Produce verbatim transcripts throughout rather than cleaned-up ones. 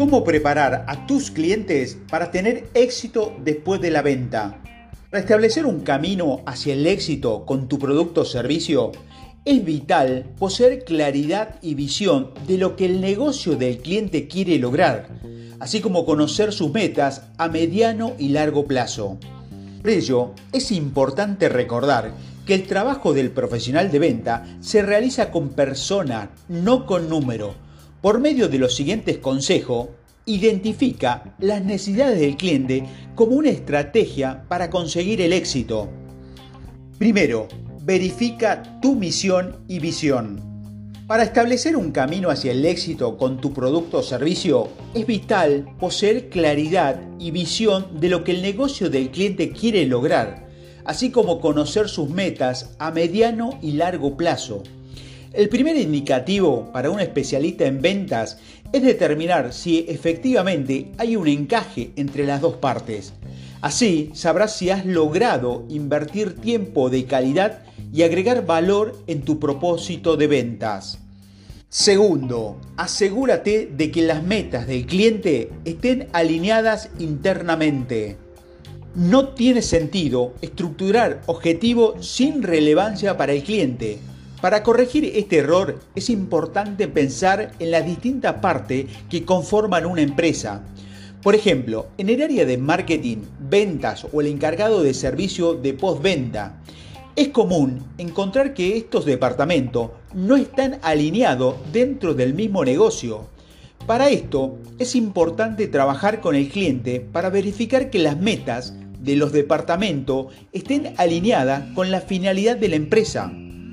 ¿Cómo preparar a tus clientes para tener éxito después de la venta? Para establecer un camino hacia el éxito con tu producto o servicio, es vital poseer claridad y visión de lo que el negocio del cliente quiere lograr, así como conocer sus metas a mediano y largo plazo. Por ello, es importante recordar que el trabajo del profesional de venta se realiza con persona, no con número. Por medio de los siguientes consejos, identifica las necesidades del cliente como una estrategia para conseguir el éxito. Primero, verifica tu misión y visión. Para establecer un camino hacia el éxito con tu producto o servicio, es vital poseer claridad y visión de lo que el negocio del cliente quiere lograr, así como conocer sus metas a mediano y largo plazo. El primer indicativo para un especialista en ventas es determinar si efectivamente hay un encaje entre las dos partes. Así sabrás si has logrado invertir tiempo de calidad y agregar valor en tu propósito de ventas. Segundo, asegúrate de que las metas del cliente estén alineadas internamente. No tiene sentido estructurar objetivos sin relevancia para el cliente. Para corregir este error es importante pensar en las distintas partes que conforman una empresa. Por ejemplo, en el área de marketing, ventas o el encargado de servicio de postventa, es común encontrar que estos departamentos no están alineados dentro del mismo negocio. Para esto es importante trabajar con el cliente para verificar que las metas de los departamentos estén alineadas con la finalidad de la empresa.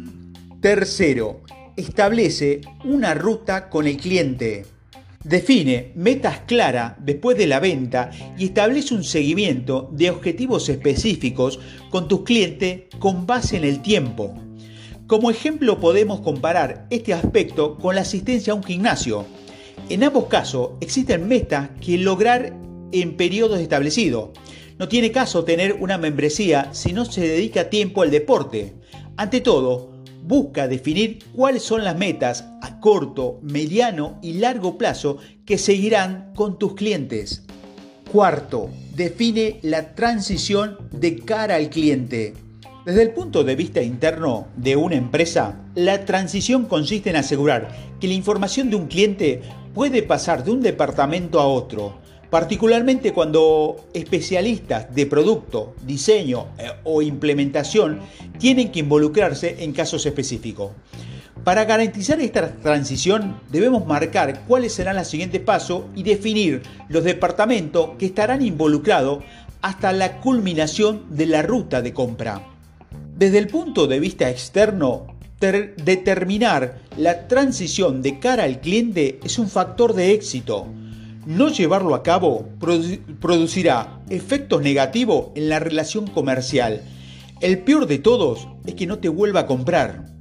Tercero, establece una ruta con el cliente. Define metas claras después de la venta y establece un seguimiento de objetivos específicos con tus clientes con base en el tiempo. Como ejemplo podemos comparar este aspecto con la asistencia a un gimnasio. En ambos casos existen metas que lograr en periodos establecidos. No tiene caso tener una membresía si no se dedica tiempo al deporte. Ante todo, busca definir cuáles son las metas a corto, mediano y largo plazo que seguirán con tus clientes. Cuarto, define la transición de cara al cliente. Desde el punto de vista interno de una empresa, la transición consiste en asegurar que la información de un cliente puede pasar de un departamento a otro, particularmente cuando especialistas de producto, diseño eh, o implementación tienen que involucrarse en casos específicos. Para garantizar esta transición debemos marcar cuáles serán los siguientes pasos y definir los departamentos que estarán involucrados hasta la culminación de la ruta de compra. Desde el punto de vista externo, ter- determinar la transición de cara al cliente es un factor de éxito. No llevarlo a cabo produ- producirá efectos negativos en la relación comercial. El peor de todos es que no te vuelva a comprar.